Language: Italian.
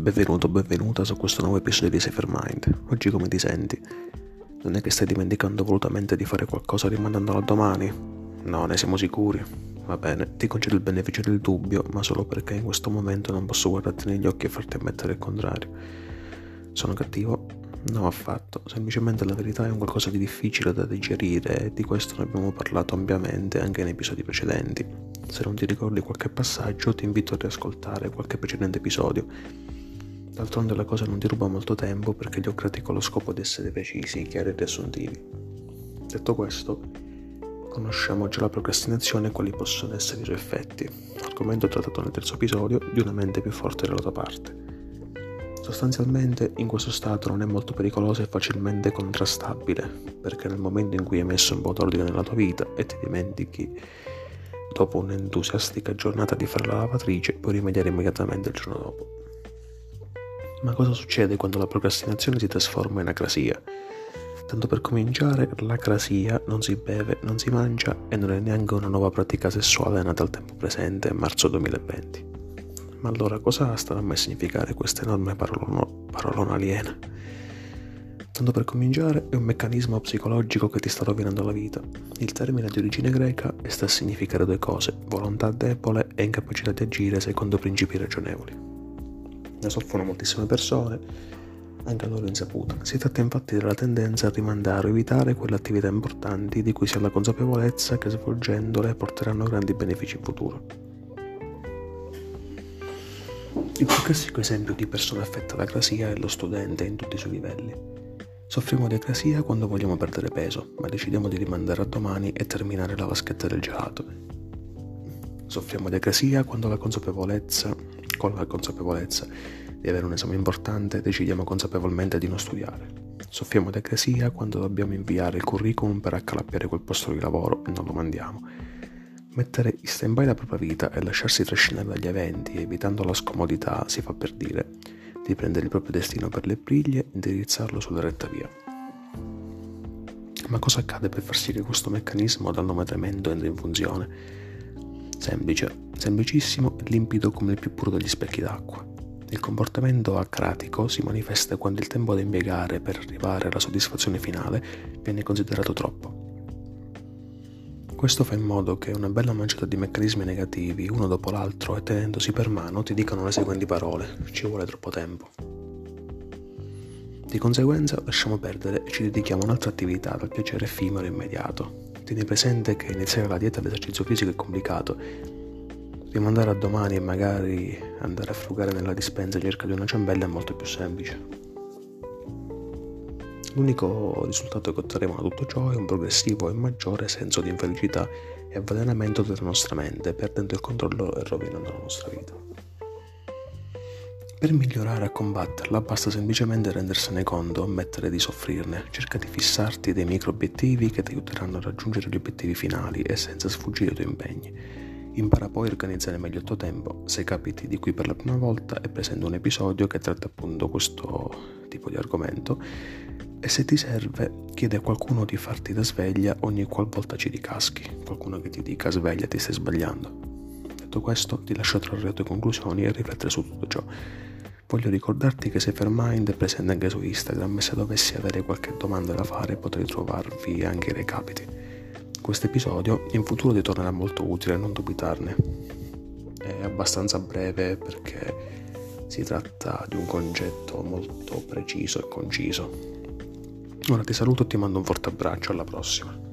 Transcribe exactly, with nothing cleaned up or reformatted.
Benvenuto, benvenuta su questo nuovo episodio di Safer Mind. Oggi come ti senti? Non è che stai dimenticando volutamente di fare qualcosa rimandandolo a domani? No, ne siamo sicuri. Va bene, ti concedo il beneficio del dubbio, ma solo perché in questo momento non posso guardarti negli occhi e farti ammettere il contrario. Sono cattivo? No, affatto. Semplicemente la verità è un qualcosa di difficile da digerire e di questo ne abbiamo parlato ampiamente anche in episodi precedenti. Se non ti ricordi qualche passaggio, ti invito a riascoltare qualche precedente episodio. D'altronde la cosa non ti ruba molto tempo perché li ho creati con lo scopo di essere precisi, chiari e riassuntivi. Detto questo, conosciamo già la procrastinazione e quali possono essere i suoi effetti, argomento trattato nel terzo episodio di Una mente più forte della tua parte. Sostanzialmente in questo stato non è molto pericoloso e facilmente contrastabile, perché nel momento in cui hai messo un po' d'ordine nella tua vita e ti dimentichi dopo un'entusiastica giornata di fare la lavatrice, puoi rimediare immediatamente il giorno dopo. Ma cosa succede quando la procrastinazione si trasforma in acrasia? Tanto per cominciare, l'acrasia non si beve, non si mangia e non è neanche una nuova pratica sessuale nata al tempo presente, marzo duemilaventi. Ma allora cosa starà mai a significare questa enorme parolona, parolona aliena? Tanto per cominciare, è un meccanismo psicologico che ti sta rovinando la vita. Il termine di origine greca e sta a significare due cose: volontà debole e incapacità di agire secondo principi ragionevoli. Ne soffrono moltissime persone, anche a loro insaputa. Si tratta infatti della tendenza a rimandare o evitare quelle attività importanti di cui si ha la consapevolezza che svolgendole porteranno grandi benefici in futuro. Il più classico esempio di persona affetta da acrasia è lo studente in tutti i suoi livelli. Soffriamo di acrasia quando vogliamo perdere peso, ma decidiamo di rimandare a domani e terminare la vaschetta del gelato. Soffriamo di acrasia quando la consapevolezza, con la consapevolezza di avere un esame importante, decidiamo consapevolmente di non studiare. Soffriamo di acrasia quando dobbiamo inviare il curriculum per accalappiare quel posto di lavoro e non lo mandiamo. Mettere in stand-by la propria vita e lasciarsi trascinare dagli eventi, evitando la scomodità, si fa per dire, di prendere il proprio destino per le briglie e indirizzarlo sulla retta via. Ma cosa accade per far sì che questo meccanismo dal nome tremendo entri in funzione? Semplice, semplicissimo e limpido come il più puro degli specchi d'acqua. Il comportamento acratico si manifesta quando il tempo da impiegare per arrivare alla soddisfazione finale viene considerato troppo. Questo fa in modo che una bella manciata di meccanismi negativi, uno dopo l'altro e tenendosi per mano, ti dicano le seguenti parole: ci vuole troppo tempo. Di conseguenza lasciamo perdere e ci dedichiamo a un'altra attività dal piacere effimero e immediato. Tieni presente che iniziare la dieta e l'esercizio fisico è complicato. Rimandare a domani e magari andare a frugare nella dispensa in cerca di una ciambella è molto più semplice. L'unico risultato che otterremo da tutto ciò è un progressivo e maggiore senso di infelicità e avvelenamento della nostra mente, perdendo il controllo e rovinando la nostra vita. Per migliorare a combatterla basta semplicemente rendersene conto, ammettere di soffrirne, cerca di fissarti dei micro obiettivi che ti aiuteranno a raggiungere gli obiettivi finali e senza sfuggire ai tuoi impegni. Impara poi a organizzare meglio il tuo tempo. Se capiti di qui per la prima volta, è presente un episodio che tratta appunto questo tipo di argomento e se ti serve chiede a qualcuno di farti da sveglia ogni qualvolta ci ricaschi, qualcuno che ti dica sveglia, ti stai sbagliando. Detto questo, ti lascio trarre le tue conclusioni e riflettere su tutto ciò. Voglio ricordarti che Safer Mind è presente anche su Instagram e se dovessi avere qualche domanda da fare potrai trovarvi anche i recapiti. Questo episodio in futuro ti tornerà molto utile, non dubitarne. È abbastanza breve perché si tratta di un concetto molto preciso e conciso. Ora ti saluto e ti mando un forte abbraccio, alla prossima.